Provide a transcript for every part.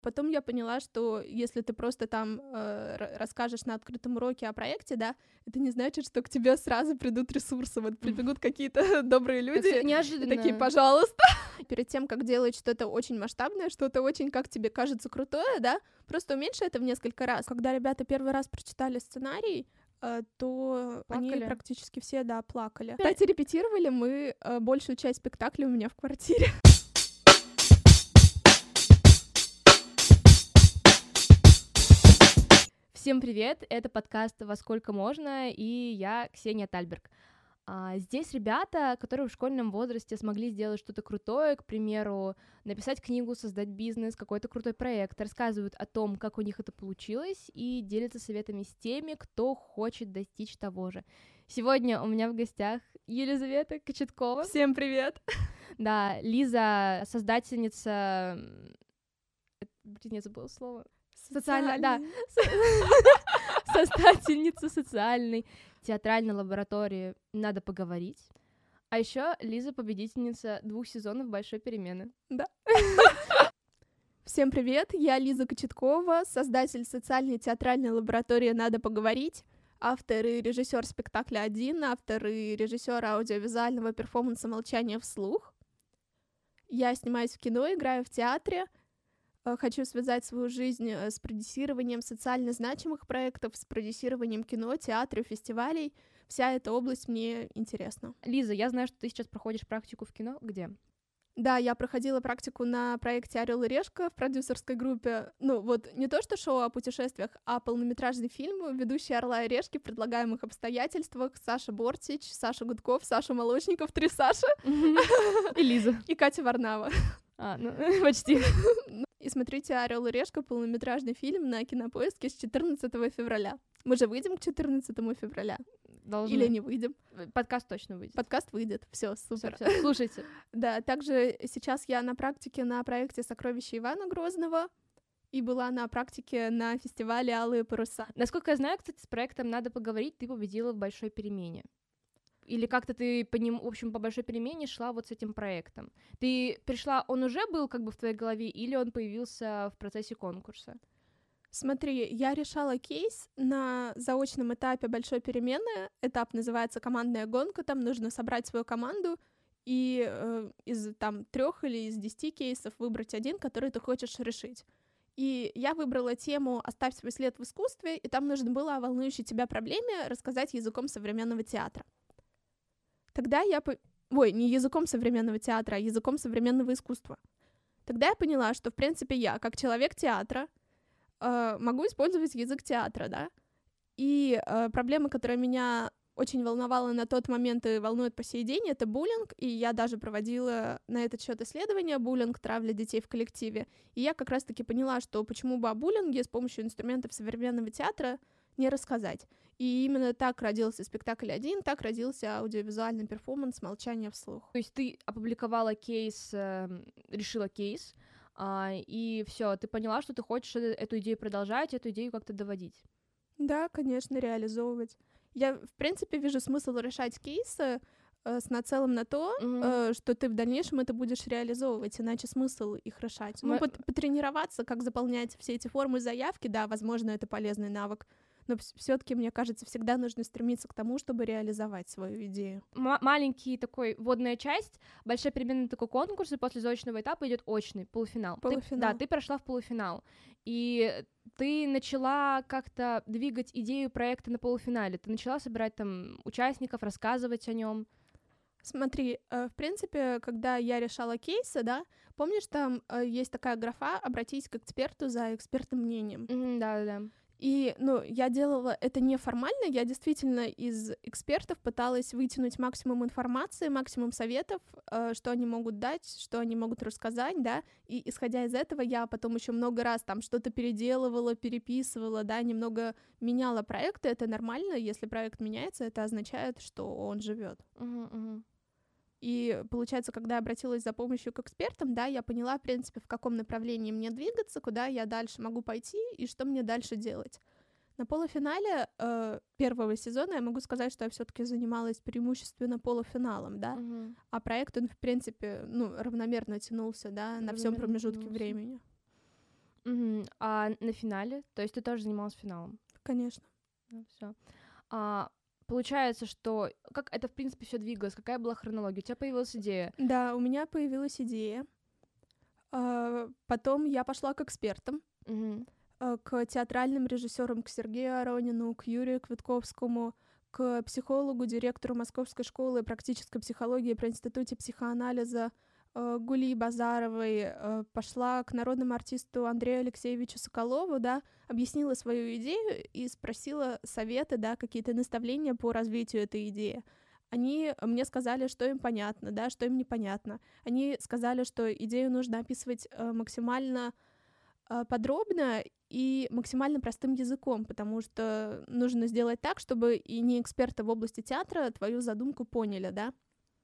Потом я поняла, что если ты просто там расскажешь на открытом уроке о проекте, да, это не значит, что к тебе сразу придут ресурсы, вот прибегут какие-то добрые люди и Неожиданно. такие, пожалуйста. Перед тем, как делать что-то очень масштабное, что-то очень, как тебе кажется, крутое, да, просто уменьши это в несколько раз. Когда ребята первый раз прочитали сценарий, то Плакали? они практически все, да, плакали. Кстати, репетировали мы большую часть спектакля у меня в квартире. Всем привет, это подкаст «Во сколько можно», и я Ксения Тальберг. Здесь ребята, которые в школьном возрасте смогли сделать что-то крутое, к примеру, написать книгу, создать бизнес, какой-то крутой проект, рассказывают о том, как у них это получилось, и делятся советами с теми, кто хочет достичь того же. Сегодня у меня в гостях Елизавета Кочеткова. Всем привет! Да, Лиза, создательница... Блин, я забыла слово. Создательница социальной театральной лаборатории «Надо поговорить». А еще Лиза победительница 2 сезонов «Большой перемены». Да. Всем привет, я Лиза Кочеткова, создатель социальной театральной лаборатории «Надо поговорить», автор и режиссер спектакля «Один», автор и режиссер аудиовизуального перформанса «Молчание вслух». Я снимаюсь в кино, играю в театре. Хочу связать свою жизнь с продюсированием социально значимых проектов, с продюсированием кино, театра, фестивалей. Вся эта область мне интересна. Лиза, я знаю, что ты сейчас проходишь практику в кино. Где? Да, я проходила практику на проекте «Орел и решка» в продюсерской группе. Ну, вот не то что шоу о путешествиях, а полнометражный фильм «Ведущие Орла и решки» в предлагаемых обстоятельствах. Саша Бортич, Саша Гудков, Саша Молочников, 3 Саши. И Лиза. И Катя Варнава. Почти. И смотрите «Орел и решка», полнометражный фильм на Кинопоиске с 14 февраля. Мы же выйдем к 14 февраля. Должны. Или не выйдем? Подкаст точно выйдет. Подкаст выйдет. Все, супер. Всё, слушайте. Да, также сейчас я на практике на проекте «Сокровища Ивана Грозного» и была на практике на фестивале «Алые паруса». Насколько я знаю, кстати, с проектом «Надо поговорить» ты победила в «Большой перемене». Или как-то ты по ним, в общем, по «Большой перемене» шла вот с этим проектом? Ты пришла, он уже был как бы в твоей голове, или он появился в процессе конкурса? Смотри, я решала кейс на заочном этапе «Большой перемены». Этап называется «Командная гонка». Там нужно собрать свою команду и из там 3 или из 10 кейсов выбрать один, который ты хочешь решить. И я выбрала тему «Оставь свой след в искусстве», и там нужно было о волнующей тебя проблеме рассказать языком современного театра. Тогда я... не языком современного театра, а языком современного искусства. Тогда я поняла, что, в принципе, я, как человек театра, могу использовать язык театра, да? И проблема, которая меня очень волновала на тот момент и волнует по сей день, это буллинг, и я даже проводила на этот счет исследования «Буллинг. Травля детей в коллективе». И я как раз-таки поняла, что почему бы о буллинге с помощью инструментов современного театра не рассказать. И именно так родился спектакль «Один», так родился аудиовизуальный перформанс «Молчание вслух». То есть ты опубликовала кейс, решила кейс, и все, ты поняла, что ты хочешь эту идею продолжать, эту идею как-то доводить? Да, конечно, реализовывать. Я, в принципе, вижу смысл решать кейсы с нацелом на то, что ты в дальнейшем это будешь реализовывать, иначе смысл их решать. Потренироваться, как заполнять все эти формы заявки, да, возможно, это полезный навык, но все-таки, мне кажется, всегда нужно стремиться к тому, чтобы реализовать свою идею. Маленький такой вводная часть, большая переменная такой конкурс, и после заочного этапа идет очный полуфинал. Ты прошла в полуфинал, и ты начала как-то двигать идею проекта на полуфинале, ты начала собирать там участников, рассказывать о нем. Смотри, в принципе, когда я решала кейсы, да, помнишь, там есть такая графа «Обратись к эксперту за экспертным мнением». Да. И, я делала это неформально, я действительно из экспертов пыталась вытянуть максимум информации, максимум советов, что они могут дать, что они могут рассказать, да, и исходя из этого я потом еще много раз там что-то переделывала, переписывала, да, немного меняла проекты, это нормально, если проект меняется, это означает, что он живет. И, получается, когда я обратилась за помощью к экспертам, да, я поняла, в принципе, в каком направлении мне двигаться, куда я дальше могу пойти и что мне дальше делать. На полуфинале первого сезона я могу сказать, что я все-таки занималась преимущественно полуфиналом, да, а проект, он, в принципе, равномерно тянулся, да, на всем промежутке времени. А на финале? То есть ты тоже занималась финалом? Конечно. Все. Получается, что как это, в принципе, все двигалось? Какая была хронология? У тебя появилась идея? Да, у меня появилась идея. Потом я пошла к экспертам, к театральным режиссерам, к Сергею Аронину, к Юрию Квитковскому, к психологу, директору Московской школы практической психологии при Институте психоанализа Гулии Базаровой, пошла к народному артисту Андрею Алексеевичу Соколову, да, объяснила свою идею и спросила советы, да, какие-то наставления по развитию этой идеи. Они мне сказали, что им понятно, да, что им непонятно. Они сказали, что идею нужно описывать максимально подробно и максимально простым языком, потому что нужно сделать так, чтобы и не эксперты в области театра твою задумку поняли, да.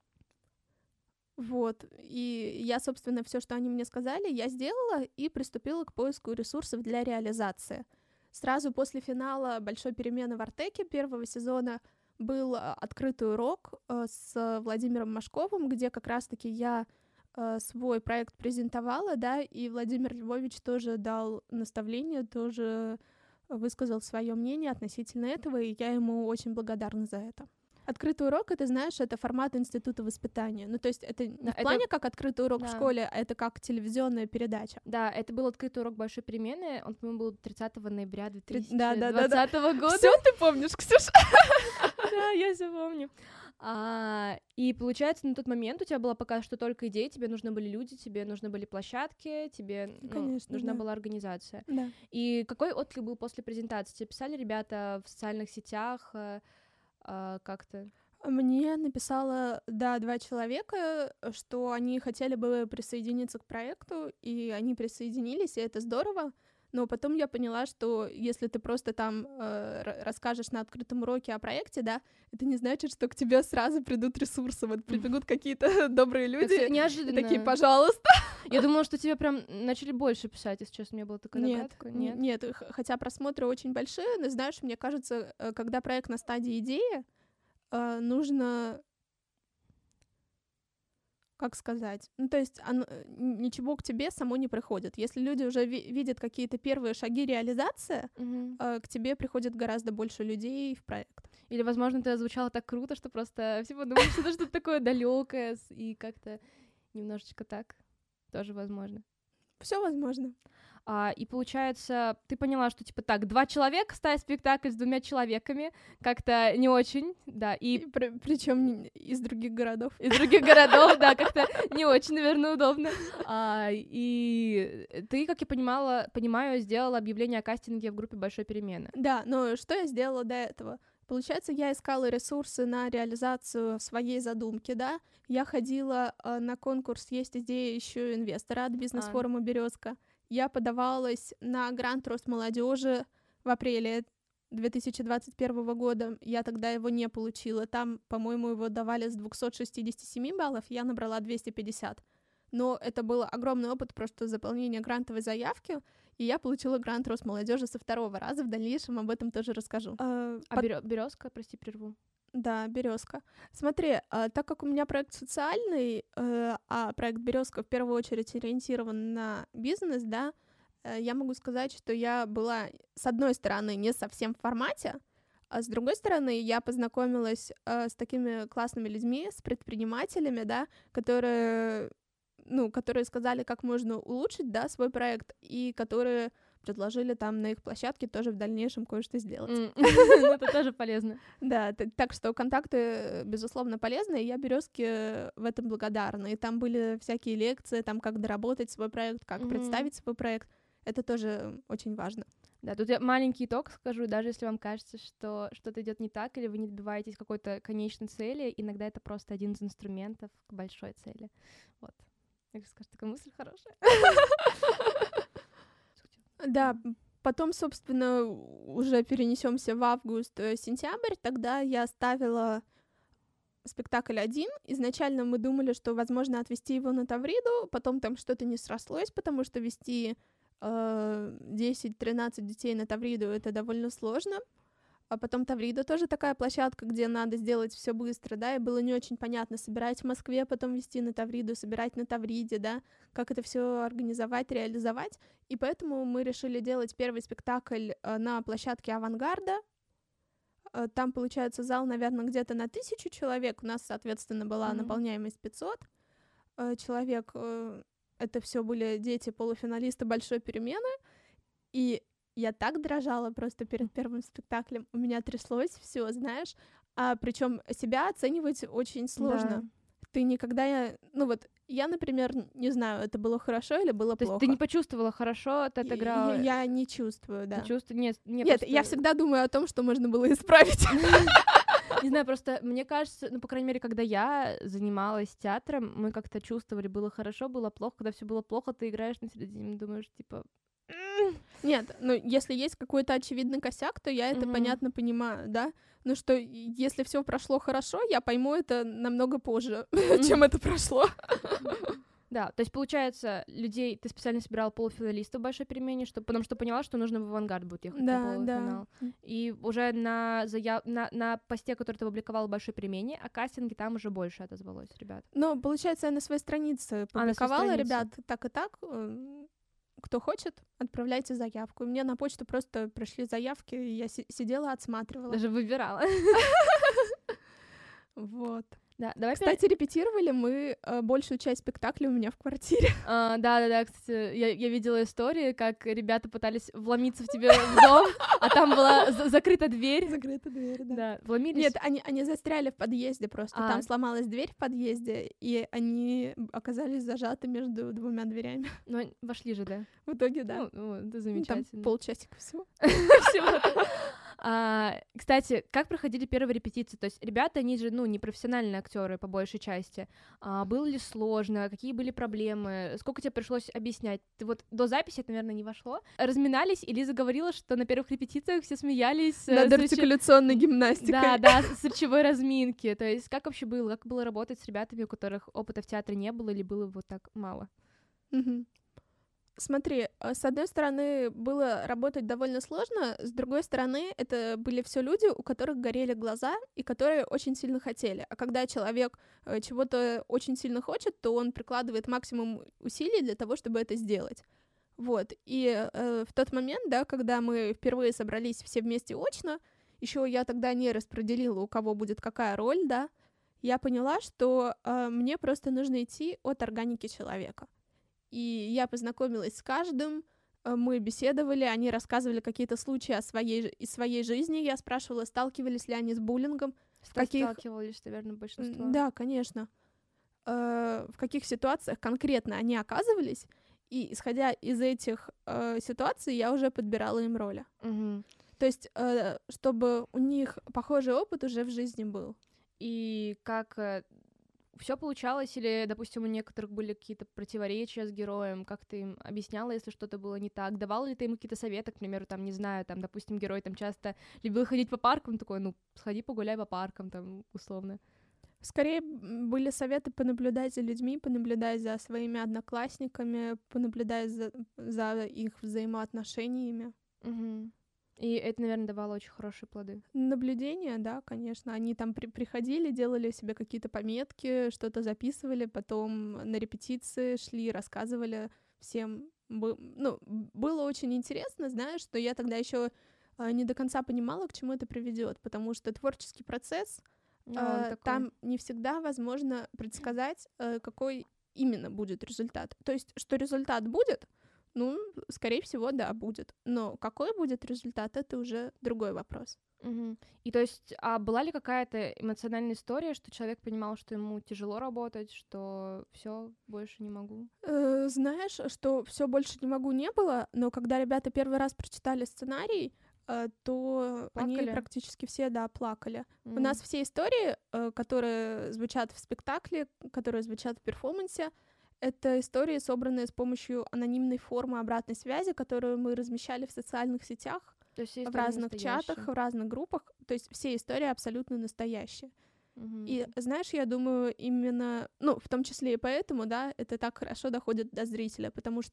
Вот, и я, собственно, все, что они мне сказали, я сделала и приступила к поиску ресурсов для реализации. Сразу после финала «Большой перемены» в Артеке первого сезона был открытый урок с Владимиром Машковым, где как раз-таки я свой проект презентовала, да, и Владимир Львович тоже дал наставление, тоже высказал свое мнение относительно этого, и я ему очень благодарна за это. Открытый урок, это, знаешь, это формат института воспитания. Ну, то есть это не в плане как открытый урок в школе, а это как телевизионная передача. Да, это был открытый урок «Большой перемены», он, по-моему, был 30 ноября 2020 года. Всё ты помнишь, Ксюша? Да, я всё помню. И получается, на тот момент у тебя была пока что только идея, тебе нужны были люди, тебе нужны были площадки, тебе нужна была организация. Да. И какой отклик был после презентации? Тебе писали ребята в социальных сетях как-то? Мне написало, 2 человека, что они хотели бы присоединиться к проекту, и они присоединились, и это здорово. Но потом я поняла, что если ты просто там расскажешь на открытом уроке о проекте, да, это не значит, что к тебе сразу придут ресурсы. Вот прибегут какие-то добрые люди. Неожиданно. Такие, пожалуйста. Я думала, что тебе прям начали больше писать, если честно, у меня была такая догадка. Нет, хотя просмотры очень большие, но, знаешь, мне кажется, когда проект на стадии идеи, нужно... Как сказать? Ну, то есть ничего к тебе само не приходит. Если люди уже видят какие-то первые шаги реализации, к тебе приходит гораздо больше людей в проект. Или, возможно, это звучало так круто, что просто все подумали, что это что-то такое далекое и как-то немножечко так. Тоже возможно. Все возможно. И получается, ты поняла, что типа так, 2 человека ставят спектакль с 2 человеками, как-то не очень, да, и причем из других городов. Из других городов, да, как-то не очень, наверное, удобно. И ты, как я понимаю, сделала объявление о кастинге в группе «Большой перемены». Да, но что я сделала до этого? Получается, я искала ресурсы на реализацию своей задумки, да. Я ходила на конкурс «Есть идея, ищу инвестора» от бизнес-форума «Березка». Я подавалась на грант Росмолодежи в апреле 2021 года. Я тогда его не получила. Там, по-моему, его давали с 267 баллов, я набрала 250. Но это был огромный опыт просто заполнения грантовой заявки, и я получила грант Росмолодежи со 2-го раза. В дальнейшем об этом тоже расскажу. Березка, прости, прерву. Да, Березка. Смотри, так как у меня проект социальный, а проект Березка в первую очередь ориентирован на бизнес, да, я могу сказать, что я была, с одной стороны, не совсем в формате, а с другой стороны, я познакомилась с такими классными людьми, с предпринимателями, да, которые сказали, как можно улучшить, да, свой проект, и которые предложили там на их площадке тоже в дальнейшем кое-что сделать. Это тоже полезно. Да, так что контакты, безусловно, полезны, и я Березке в этом благодарна. И там были всякие лекции, там, как доработать свой проект, как представить свой проект. Это тоже очень важно. Да, тут я маленький итог скажу, даже если вам кажется, что что-то идет не так, или вы не добиваетесь какой-то конечной цели, иногда это просто один из инструментов к большой цели. Вот. Я скажу, такая мысль хорошая. Да, потом, собственно, уже перенесемся в август-сентябрь. Тогда я ставила спектакль один. Изначально мы думали, что возможно отвезти его на Тавриду, потом там что-то не срослось, потому что вести 10-13 детей на Тавриду — это довольно сложно. А потом Таврида тоже такая площадка, где надо сделать все быстро, да, и было не очень понятно, собирать в Москве, потом везти на Тавриду, собирать на Тавриде, да, как это все организовать, реализовать. И поэтому мы решили делать первый спектакль на площадке Авангарда. Там, получается, зал, наверное, где-то на 1000 человек. У нас, соответственно, была наполняемость 500 человек. Это все были дети полуфиналисты большой перемены. И я так дрожала просто перед первым спектаклем. У меня тряслось все, знаешь. Причем себя оценивать очень сложно. Да. Ты никогда... Ну вот, я, например, не знаю, это было хорошо или было То плохо. есть ты не почувствовала, хорошо ты отыграла? Я не чувствую, да. Нет, просто... я всегда думаю о том, что можно было исправить. Не знаю, просто мне кажется, ну, по крайней мере, когда я занималась театром, мы как-то чувствовали, было хорошо, было плохо. Когда все было плохо, ты играешь на середине, думаешь, типа... Нет, ну если есть какой-то очевидный косяк, то я это понятно понимаю, да. Но что если все прошло хорошо, я пойму это намного позже, чем это прошло. Да, то есть, получается, людей ты специально собирала полуфиналистов в большой перемене, потому что поняла, что нужно в авангард будет ехать на полуфинал. Да. И уже на посте, который ты опубликовала в большой перемене, о кастинге там уже больше отозвалось, ребят. Ну, получается, я на своей странице публиковала, ребят, так и так. Кто хочет, отправляйте заявку. И мне на почту просто пришли заявки, и я сидела, отсматривала. Даже выбирала. Вот. Да, давай. Кстати, репетировали мы большую часть спектакля у меня в квартире. Да, кстати, я видела истории, как ребята пытались вломиться в тебе в дом, а там была закрыта дверь. Закрыта дверь, да. Да, вломились. Нет, они застряли в подъезде просто. Там сломалась дверь в подъезде, и они оказались зажаты между двумя дверями. Ну, вошли же, да? В итоге, да. Ну, это замечательно. Там полчасика всего. Кстати, как проходили первые репетиции? То есть ребята, они же, не профессиональные актеры по большей части. Было ли сложно? Какие были проблемы? Сколько тебе пришлось объяснять? Ты вот до записи это, наверное, не вошло. Разминались, и Лиза говорила, что на первых репетициях все смеялись. Над артикуляционной гимнастикой. Да, с речевой разминки. То есть как вообще было? Как было работать с ребятами, у которых опыта в театре не было или было вот так мало? Смотри, с одной стороны, было работать довольно сложно, с другой стороны, это были все люди, у которых горели глаза и которые очень сильно хотели. А когда человек чего-то очень сильно хочет, то он прикладывает максимум усилий для того, чтобы это сделать. Вот. И в тот момент, да, когда мы впервые собрались все вместе очно, еще я тогда не распределила, у кого будет какая роль, да, я поняла, что мне просто нужно идти от органики человека. И я познакомилась с каждым, мы беседовали, они рассказывали какие-то случаи из своей жизни, я спрашивала, сталкивались ли они с буллингом. Сталкивались, наверное, большинство. Да, конечно. В каких ситуациях конкретно они оказывались, и исходя из этих ситуаций я уже подбирала им роли. То есть, чтобы у них похожий опыт уже в жизни был. И как... Все получалось, или, допустим, у некоторых были какие-то противоречия с героем, как ты им объясняла, если что-то было не так, давала ли ты им какие-то советы, к примеру, там, не знаю, там, допустим, герой там часто любил ходить по паркам, такой, сходи погуляй по паркам, там, условно. Скорее были советы понаблюдать за людьми, понаблюдать за своими одноклассниками, понаблюдать за их взаимоотношениями. И это, наверное, давало очень хорошие плоды. Наблюдения, да, конечно. Они там приходили, делали себе какие-то пометки, что-то записывали, потом на репетиции шли, рассказывали всем. Было очень интересно, знаешь, что я тогда еще не до конца понимала, к чему это приведет, потому что творческий процесс, там не всегда возможно предсказать, какой именно будет результат. То есть, что результат будет, скорее всего, да, будет. Но какой будет результат, это уже другой вопрос. И то есть, а была ли какая-то эмоциональная история, что человек понимал, что ему тяжело работать, что все больше не могу? Знаешь, что все больше не могу не было, но когда ребята первый раз прочитали сценарий, то плакали? Они практически все, да, плакали. У нас все истории, которые звучат в спектакле, которые звучат в перформансе, это истории, собранные с помощью анонимной формы обратной связи, которую мы размещали в социальных сетях, в разных чатах, в разных группах. То есть все истории абсолютно настоящие. И, знаешь, я думаю, именно, в том числе и поэтому, да, это так хорошо доходит до зрителя, потому что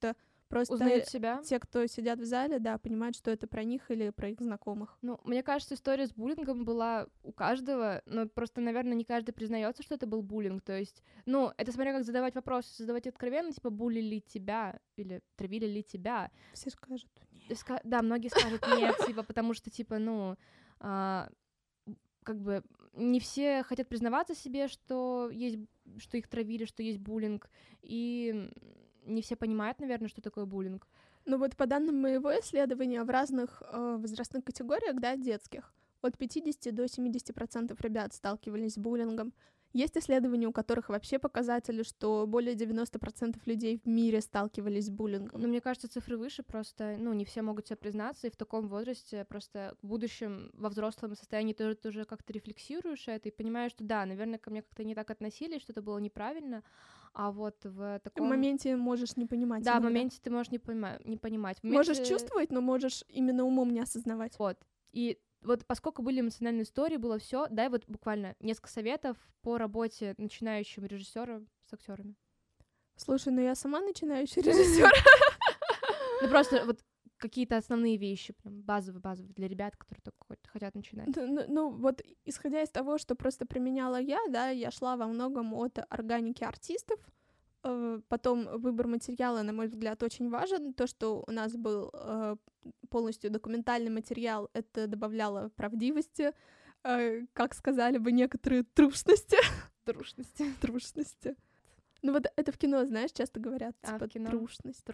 Просто Узнают себя. те, кто сидят в зале, да, понимают, что это про них или про их знакомых. Ну, мне кажется, история с буллингом была у каждого, но просто, наверное, не каждый признается, что это был буллинг. То есть, ну, это смотря как задавать вопросы, задавать откровенно, типа, буллили тебя или травили ли тебя. Все скажут нет. Да, многие скажут нет, типа, потому что, типа, ну, как бы не все хотят признаваться себе, что их травили, что есть буллинг, и не все понимают, наверное, что такое буллинг. Ну вот по данным моего исследования, в разных возрастных категориях, да, детских, от 50 до 70% ребят сталкивались с буллингом. Есть исследования, у которых вообще показатели, что более 90% людей в мире сталкивались с буллингом. Но мне кажется, цифры выше, просто, ну, не все могут себе признаться, и в таком возрасте просто в будущем, во взрослом состоянии ты уже как-то рефлексируешь это и понимаешь, что да, наверное, ко мне как-то не так относились, что это было неправильно, а вот в таком... В моменте можешь не понимать. Да, иногда. в моменте ты можешь не понимать. В моменте... Можешь чувствовать, но можешь именно умом не осознавать. Вот, и вот поскольку были эмоциональные истории, было все, дай вот буквально несколько советов по работе начинающим режиссером с актерами. Слушай, ну я сама начинающий режиссер. Ну просто вот какие-то основные вещи, прям базовые для ребят, которые только хотят начинать. Ну вот исходя из того, что просто применяла я, да, я шла во многом от органики артистов. Потом выбор материала, на мой взгляд, очень важен. То, что у нас был полностью документальный материал, это добавляло правдивости, как сказали бы некоторые, трушности. Трушности. Ну вот это в кино, знаешь, часто говорят, типа, в кино? трушность.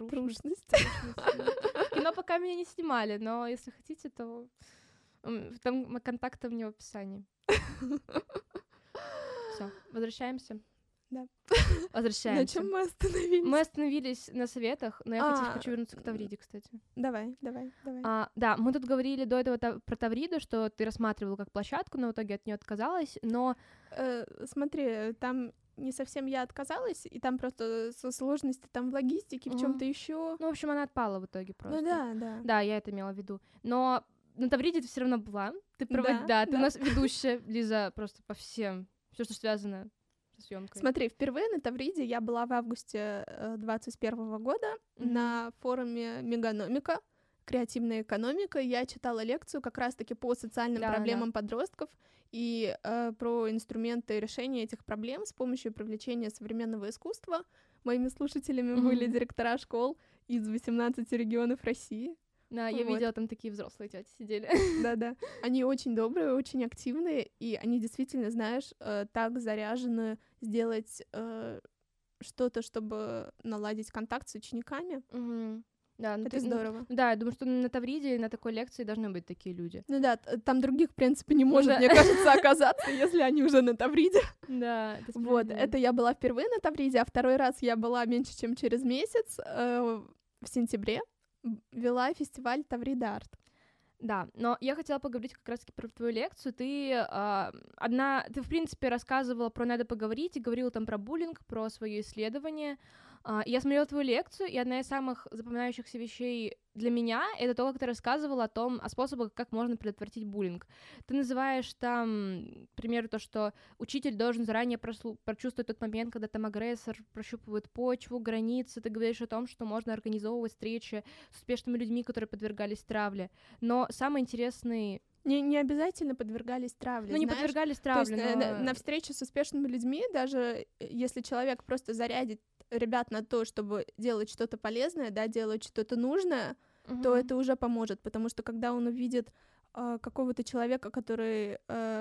В кино пока меня не снимали, но если хотите, то там контакты мне в описании. Все, возвращаемся. Да. Возвращаемся. На чем мы остановились? Мы остановились на советах, но я хочу вернуться к Тавриде, кстати. Давай. Да, мы тут говорили до этого про Тавриду, что ты рассматривала как площадку, но в итоге от нее отказалась, но... Смотри, там не совсем я отказалась, и там просто сложности там в логистике, в чем-то еще. Ну, в общем, она отпала в итоге просто. Ну да. Да, я это имела в виду. Но на Тавриде ты все равно была. Ты ты у нас ведущая, Лиза, просто по всем. Все, что связано со съемкой. Смотри, впервые на Тавриде я была в августе 2021 года на форуме Меганомика. Креативная экономика. Я читала лекцию как раз-таки по социальным проблемам подростков и про инструменты решения этих проблем с помощью привлечения современного искусства. Моими слушателями были директора школ из 18 регионов России. Да, я видела, там такие взрослые тети сидели. Да. Они очень добрые, очень активные, и они действительно, знаешь, так заряжены сделать что-то, чтобы наладить контакт с учениками. Да, это здорово. Да, я думаю, что на Тавриде на такой лекции должны быть такие люди. Ну да, там других, в принципе, не может, мне кажется, оказаться, если они уже на Тавриде. Да, это вот, это я была впервые на Тавриде, а второй раз я была меньше, чем через месяц, в сентябре, вела фестиваль Таврида Арт. Да, но я хотела поговорить как раз-таки про твою лекцию. Ты, в принципе, рассказывала про «Надо поговорить» и говорила там про буллинг, про свое исследование. Я смотрела твою лекцию, и одна из самых запоминающихся вещей для меня — это то, как ты рассказывала о способах, как можно предотвратить буллинг. Ты называешь там, к примеру, то, что учитель должен заранее прочувствовать тот момент, когда там агрессор прощупывает почву, границы. Ты говоришь о том, что можно организовывать встречи с успешными людьми, которые подвергались травле. Но самый интересный... Не обязательно подвергались травле. Ну, не подвергались травле, то есть, на встрече с успешными людьми, даже если человек просто зарядит ребят на то, чтобы делать что-то полезное, да, делать что-то нужное, то это уже поможет, потому что когда он увидит какого-то человека, который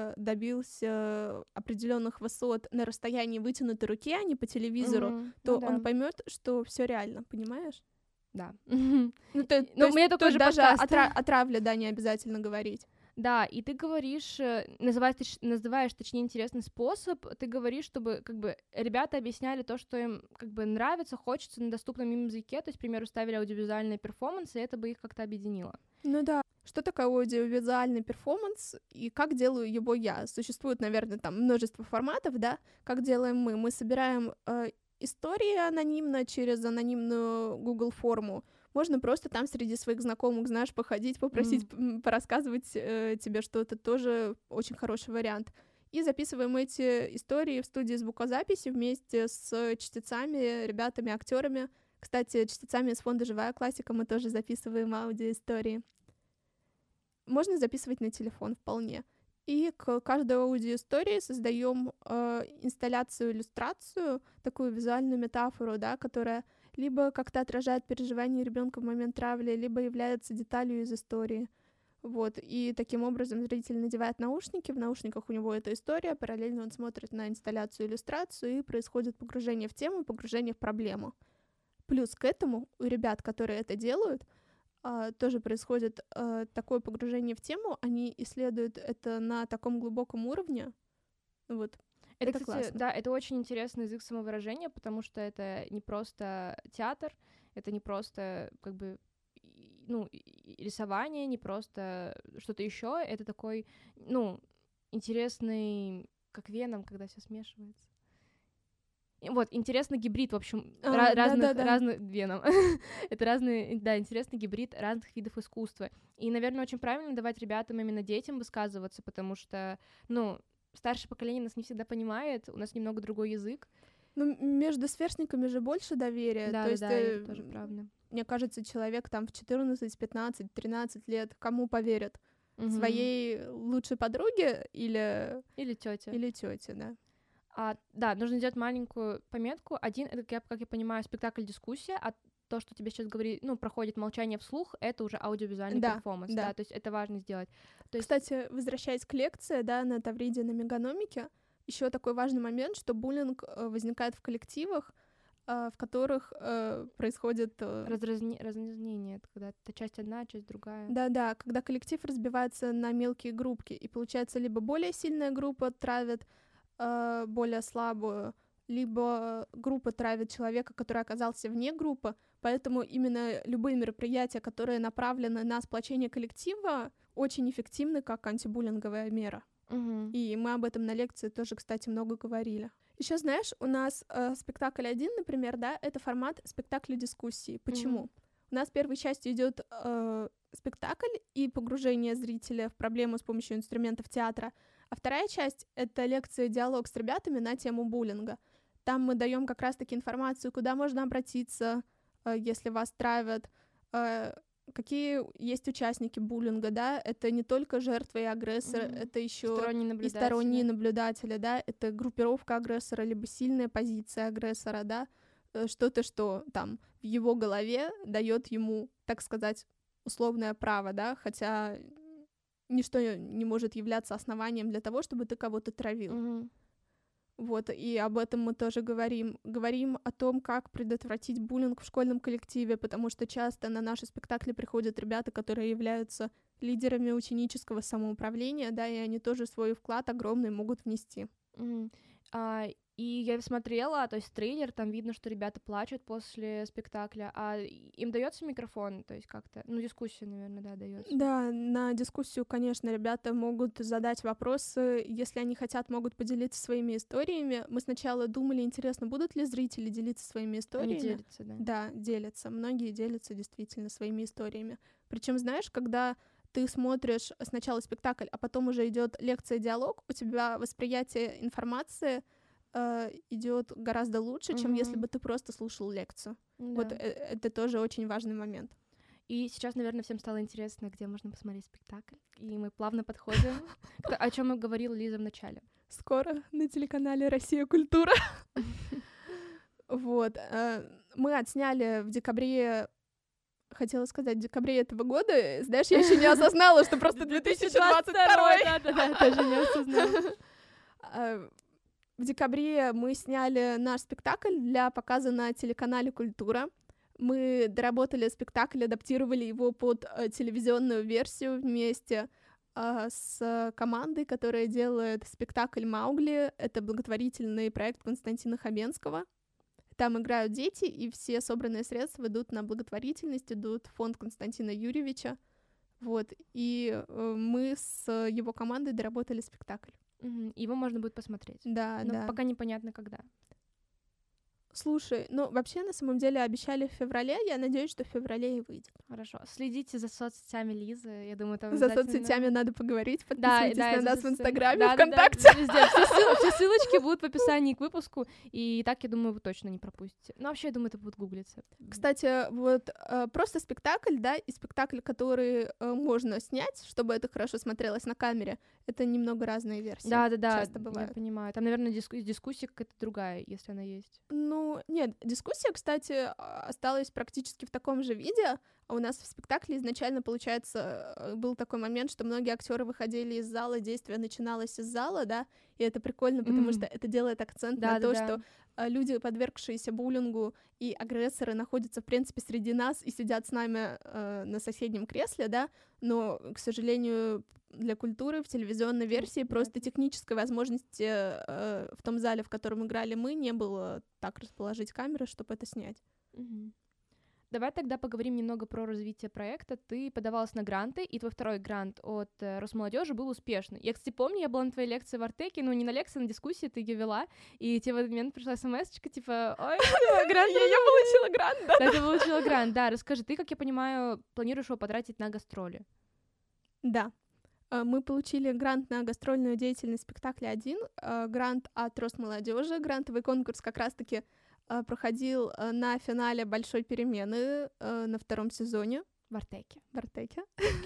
добился определенных высот на расстоянии вытянутой руки, а не по телевизору, то он поймет, что все реально, понимаешь? Да. Мне только даже о травле, да, не обязательно говорить. Да, и ты говоришь, называешь, точнее, интересный способ, ты говоришь, чтобы, как бы, ребята объясняли то, что им, как бы, нравится, хочется на доступном им языке, то есть, к примеру, ставили аудиовизуальные перформансы, и это бы их как-то объединило. Ну да. Что такое аудиовизуальный перформанс и как делаю его я? Существует, наверное, там множество форматов, да, как делаем мы? Мы собираем истории анонимно через анонимную Google форму. Можно просто там среди своих знакомых, знаешь, походить, попросить порассказывать тебе что-то, тоже очень хороший вариант. И записываем эти истории в студии звукозаписи вместе с чтецами, ребятами, актерами, Кстати, чтецами из фонда «Живая классика» мы тоже записываем аудиоистории. Можно записывать на телефон вполне. И к каждой аудиоистории создаем инсталляцию, иллюстрацию, такую визуальную метафору, да, которая либо как-то отражает переживания ребенка в момент травли, либо является деталью из истории. Вот, и таким образом зритель надевает наушники, в наушниках у него эта история, параллельно он смотрит на инсталляцию, иллюстрацию, и происходит погружение в тему, погружение в проблему. Плюс к этому у ребят, которые это делают, тоже происходит такое погружение в тему, они исследуют это на таком глубоком уровне. Вот. Это, кстати, классно. Да, Да, это очень интересный язык самовыражения, потому что это не просто театр, это не просто как бы рисование, не просто что-то еще, это такой, интересный, как Веном, когда все смешивается. Вот, интересный гибрид, в общем, разных Веном. Это разные, да, интересный гибрид разных видов искусства. И, наверное, очень правильно давать ребятам, именно детям, высказываться, потому что, старшее поколение нас не всегда понимает, у нас немного другой язык. Между сверстниками же больше доверия. Да, то есть, это тоже правда. Мне кажется, человек там в 14, 15, 13 лет кому поверит? Своей лучшей подруге или тёте? Или тёте, да. Да, нужно сделать маленькую пометку. Один, это, как я понимаю, спектакль-дискуссия, а то, что тебе сейчас говорит, проходит молчание вслух, это уже аудиовизуальный перформанс, да, то есть это важно сделать. Кстати, возвращаясь к лекции, да, на Тавриде, на Меганомике, еще такой важный момент, что буллинг возникает в коллективах, в которых происходит... Разъединение, это когда это часть одна, часть другая. Да, когда коллектив разбивается на мелкие группки, и получается либо более сильная группа травит более слабую, либо группа травит человека, который оказался вне группы, поэтому именно любые мероприятия, которые направлены на сплочение коллектива, очень эффективны как антибуллинговая мера. И мы об этом на лекции тоже, кстати, много говорили. Еще, знаешь, у нас спектакль 1, например, да, это формат спектакля-дискуссии. Почему? У нас первой частью идет спектакль и погружение зрителя в проблему с помощью инструментов театра, а вторая часть — это лекция-диалог с ребятами на тему буллинга. Там мы даем как раз-таки информацию, куда можно обратиться, если вас травят, какие есть участники буллинга, да, это не только жертвы и агрессор, это еще и сторонние наблюдатели, да, это группировка агрессора, либо сильная позиция агрессора, да, что-то, что там в его голове дает ему, так сказать, условное право, да, хотя ничто не может являться основанием для того, чтобы ты кого-то травил. Вот, и об этом мы тоже говорим. Говорим о том, как предотвратить буллинг в школьном коллективе, потому что часто на наши спектакли приходят ребята, которые являются лидерами ученического самоуправления, да, и они тоже свой вклад огромный могут внести. И я смотрела, то есть трейлер, там видно, что ребята плачут после спектакля, а им дается микрофон, то есть как-то, дискуссия, наверное, да, дается. Да, на дискуссию, конечно, ребята могут задать вопросы, если они хотят, могут поделиться своими историями. Мы сначала думали, интересно, будут ли зрители делиться своими историями. Они делятся, да. Да, делятся, многие делятся действительно своими историями. Причем, знаешь, когда ты смотришь сначала спектакль, а потом уже идет лекция-диалог, у тебя восприятие информации идет гораздо лучше, чем если бы ты просто слушал лекцию. Да. Вот это тоже очень важный момент. И сейчас, наверное, всем стало интересно, где можно посмотреть спектакль. И мы плавно подходим, о чем говорила Лиза в начале. Скоро на телеканале «Россия. Культура». Вот. Мы отсняли в декабре, хотела сказать, в декабре этого года. Знаешь, я еще не осознала, что просто 2022. Да, тоже не осознала. В декабре мы сняли наш спектакль для показа на телеканале «Культура». Мы доработали спектакль, адаптировали его под телевизионную версию вместе с командой, которая делает спектакль «Маугли». Это благотворительный проект Константина Хабенского. Там играют дети, и все собранные средства идут на благотворительность, идут в фонд Константина Юрьевича. Вот. И мы с его командой доработали спектакль. Его можно будет посмотреть. Да, но да. Пока непонятно, когда. Слушай, ну вообще на самом деле обещали в феврале, я надеюсь, что в феврале и выйдет. Хорошо. Следите за соцсетями Лизы, я думаю, там За обязательно... соцсетями надо поговорить, Да, подписывайтесь да, на за нас в соцсетями. Инстаграме, Да, ВКонтакте. Да, везде. Все ссылочки будут в описании к выпуску, и так, я думаю, вы точно не пропустите. Ну, вообще, я думаю, это будет гуглиться. Кстати, вот просто спектакль, да, и спектакль, который можно снять, чтобы это хорошо смотрелось на камере, это немного разные версии. Да, часто я бывают. понимаю. Там, наверное, дискуссия какая-то другая, если она есть. Ну, нет, дискуссия, кстати, осталась практически в таком же виде. А у нас в спектакле изначально, получается, был такой момент, что многие актеры выходили из зала, действие начиналось из зала, да, и это прикольно, потому что это делает акцент на то, что люди, подвергшиеся буллингу и агрессоры, находятся, в принципе, среди нас и сидят с нами на соседнем кресле, да, но, к сожалению, для культуры в телевизионной версии просто технической возможности в том зале, в котором играли мы, не было так расположить камеры, чтобы это снять. Давай тогда поговорим немного про развитие проекта. Ты подавалась на гранты, и твой второй грант от Росмолодежи был успешный. Я, кстати, помню, я была на твоей лекции в Артеке, ну, не на лекции, на дискуссии, ты ее вела, и тебе в этот момент пришла смс-очка, типа, ой, грант, я получила грант, да? Да, ты получила грант, да. Расскажи, ты, как я понимаю, планируешь его потратить на гастроли? Да. Мы получили грант на гастрольную деятельность спектакля 1, грант от Росмолодежи, грантовый конкурс как раз-таки проходил на финале «Большой перемены» на 2 сезоне. В Артеке. В Артеке.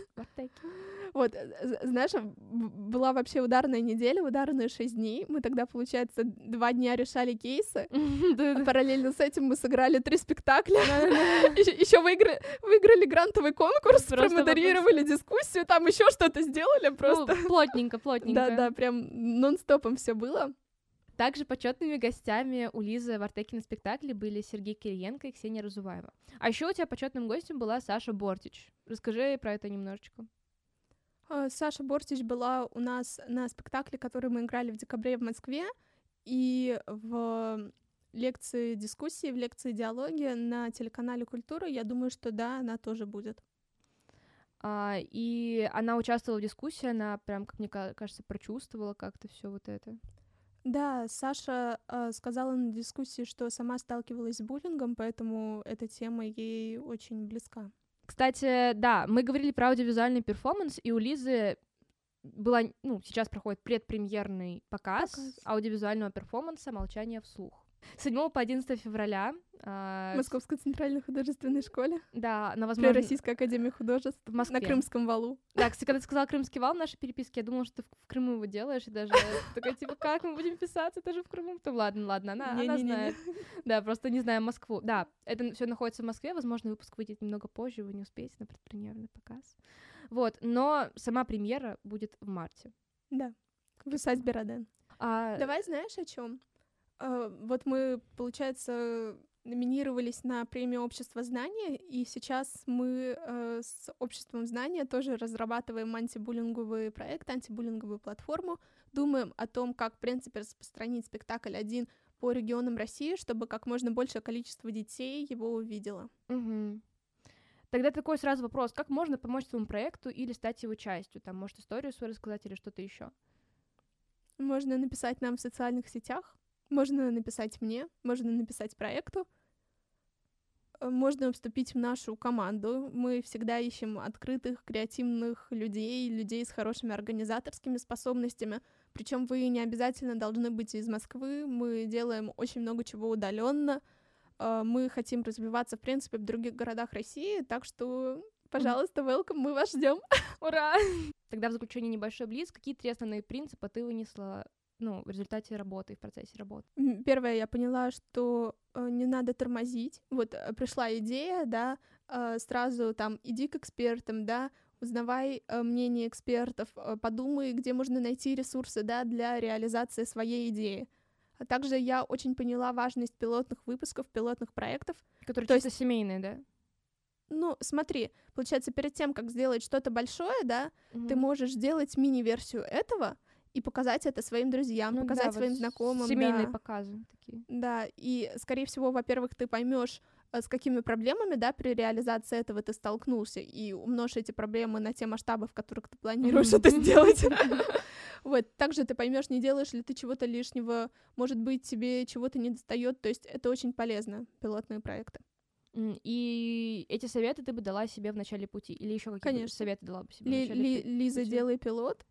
Вот, знаешь, была вообще ударная неделя, ударные 6 дней. Мы тогда, получается, 2 дня решали кейсы. Параллельно с этим мы сыграли 3 спектакля. Еще выиграли грантовый конкурс, промодерировали дискуссию, там еще что-то сделали просто. Плотненько. Да, прям нон-стопом все было. Также почетными гостями у Лизы в Артеке на спектакле были Сергей Кириенко и Ксения Разуваева. А еще у тебя почетным гостем была Саша Бортич. Расскажи про это немножечко. Саша Бортич была у нас на спектакле, который мы играли в декабре в Москве, и в лекции дискуссии, в лекции диалоги на телеканале «Культура». Я думаю, что да, она тоже будет. И она участвовала в дискуссии, она прям, как мне кажется, прочувствовала как-то все вот это. Да, Саша сказала на дискуссии, что сама сталкивалась с буллингом, поэтому эта тема ей очень близка. Кстати, да, мы говорили про аудиовизуальный перформанс, и у Лизы была, сейчас проходит предпремьерный показ аудиовизуального перформанса «Молчание вслух». С 7 по 11 февраля в Московской центральной художественной школе. Да, при Российской академии художеств в Москве. На Крымском валу. Да, кстати, когда ты сказала «Крымский вал» в нашей переписке, я думала, что ты в Крыму его делаешь, и даже такая, типа, как мы будем писаться, это же в Крыму? То ладно, она знает. Да, просто не знаю Москву. Да, это все находится в Москве, возможно, выпуск выйдет немного позже, вы не успеете на предпремьерный показ. Вот, но сама премьера будет в марте. Да, в усадьбе Роден. Давай знаешь, о чем? Вот мы, получается, номинировались на премию «Общество знания», и сейчас мы с «Обществом знания» тоже разрабатываем антибуллинговый проект, антибуллинговую платформу, думаем о том, как, в принципе, распространить спектакль 1 по регионам России, чтобы как можно большее количество детей его увидело. Угу. Тогда такой сразу вопрос, как можно помочь своему проекту или стать его частью? Там, может, историю свою рассказать или что-то еще? Можно написать нам в социальных сетях. Можно написать мне, можно написать проекту, можно вступить в нашу команду. Мы всегда ищем открытых, креативных людей с хорошими организаторскими способностями. Причем вы не обязательно должны быть из Москвы. Мы делаем очень много чего удаленно. Мы хотим развиваться, в принципе, в других городах России, так что, пожалуйста, welcome, мы вас ждем. Ура! Тогда в заключение небольшой блиц. Какие 3 основные принципы ты вынесла в результате работы, в процессе работы? Первое, я поняла, что не надо тормозить. Вот пришла идея, да, сразу там иди к экспертам, да, узнавай мнение экспертов, подумай, где можно найти ресурсы, да, для реализации своей идеи. А также я очень поняла важность пилотных выпусков, пилотных проектов. Которые чисто семейные, да? Ну, смотри, получается, перед тем, как сделать что-то большое, да, ты можешь сделать мини-версию этого, и показать это своим друзьям, показать своим знакомым. Семейные показы такие. Да, и, скорее всего, во-первых, ты поймешь, с какими проблемами, да, при реализации этого ты столкнулся, и умножь эти проблемы на те масштабы, в которых ты планируешь это сделать. Вот, также ты поймешь, не делаешь ли ты чего-то лишнего, может быть, тебе чего-то недостает, то есть это очень полезно, пилотные проекты. И эти советы ты бы дала себе в начале пути? Или еще какие советы дала бы себе в начале пути? Лиза, делай пилот.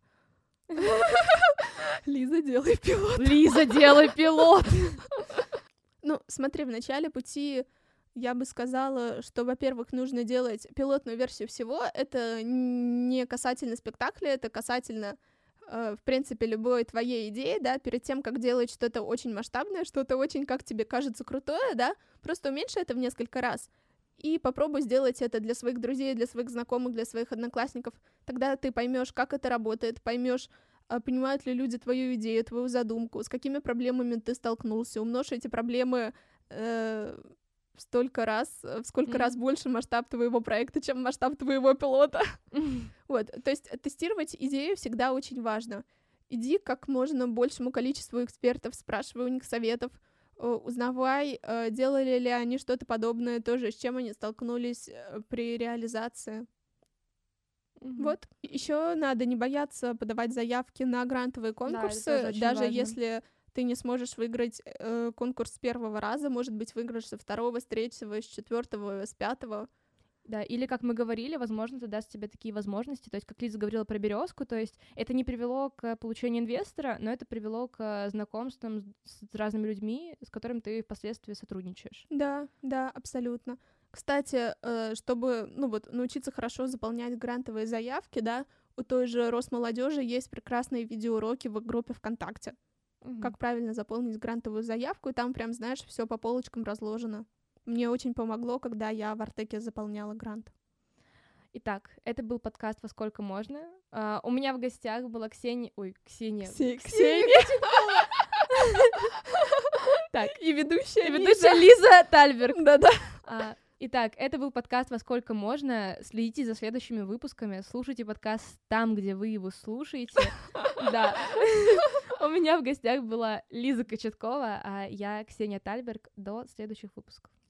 Лиза, делай пилот. Лиза, делай пилот. Ну, смотри, в начале пути я бы сказала, что, во-первых, нужно делать пилотную версию всего. Это не касательно спектакля, это касательно, в принципе, любой твоей идеи, да, перед тем, как делать что-то очень масштабное, что-то очень, как тебе кажется, крутое, да, просто уменьши это в несколько раз и попробуй сделать это для своих друзей, для своих знакомых, для своих одноклассников. Тогда ты поймешь, как это работает, поймешь, понимают ли люди твою идею, твою задумку, с какими проблемами ты столкнулся, умножь эти проблемы в сколько раз больше масштаб твоего проекта, чем масштаб твоего пилота. Вот, то есть тестировать идею всегда очень важно. Иди к как можно большему количеству экспертов, спрашивай у них советов, узнавай, делали ли они что-то подобное тоже, с чем они столкнулись при реализации. Вот. Еще надо не бояться подавать заявки на грантовые конкурсы, даже важно. Если ты не сможешь выиграть конкурс с первого раза, может быть, выиграешь со второго, с третьего, с четвертого, с пятого. Да, или, как мы говорили, возможно, это даст тебе такие возможности, то есть, как Лиза говорила про «Березку», то есть это не привело к получению инвестора, но это привело к знакомствам с разными людьми, с которыми ты впоследствии сотрудничаешь. Да, абсолютно. Кстати, чтобы, научиться хорошо заполнять грантовые заявки, да, у той же Росмолодежи есть прекрасные видеоуроки в группе ВКонтакте. Как правильно заполнить грантовую заявку, и там прям, знаешь, все по полочкам разложено. Мне очень помогло, когда я в Артеке заполняла грант. Итак, это был подкаст «Во сколько можно?». У меня в гостях была Ксения. Ксения. Так, и ведущая Лиза Тальберг. Да-да. Итак, это был подкаст «Во сколько можно?». Следите за следующими выпусками, слушайте подкаст там, где вы его слушаете. Да. У меня в гостях была Лиза Кочеткова, а я Ксения Тальберг. До следующих выпусков.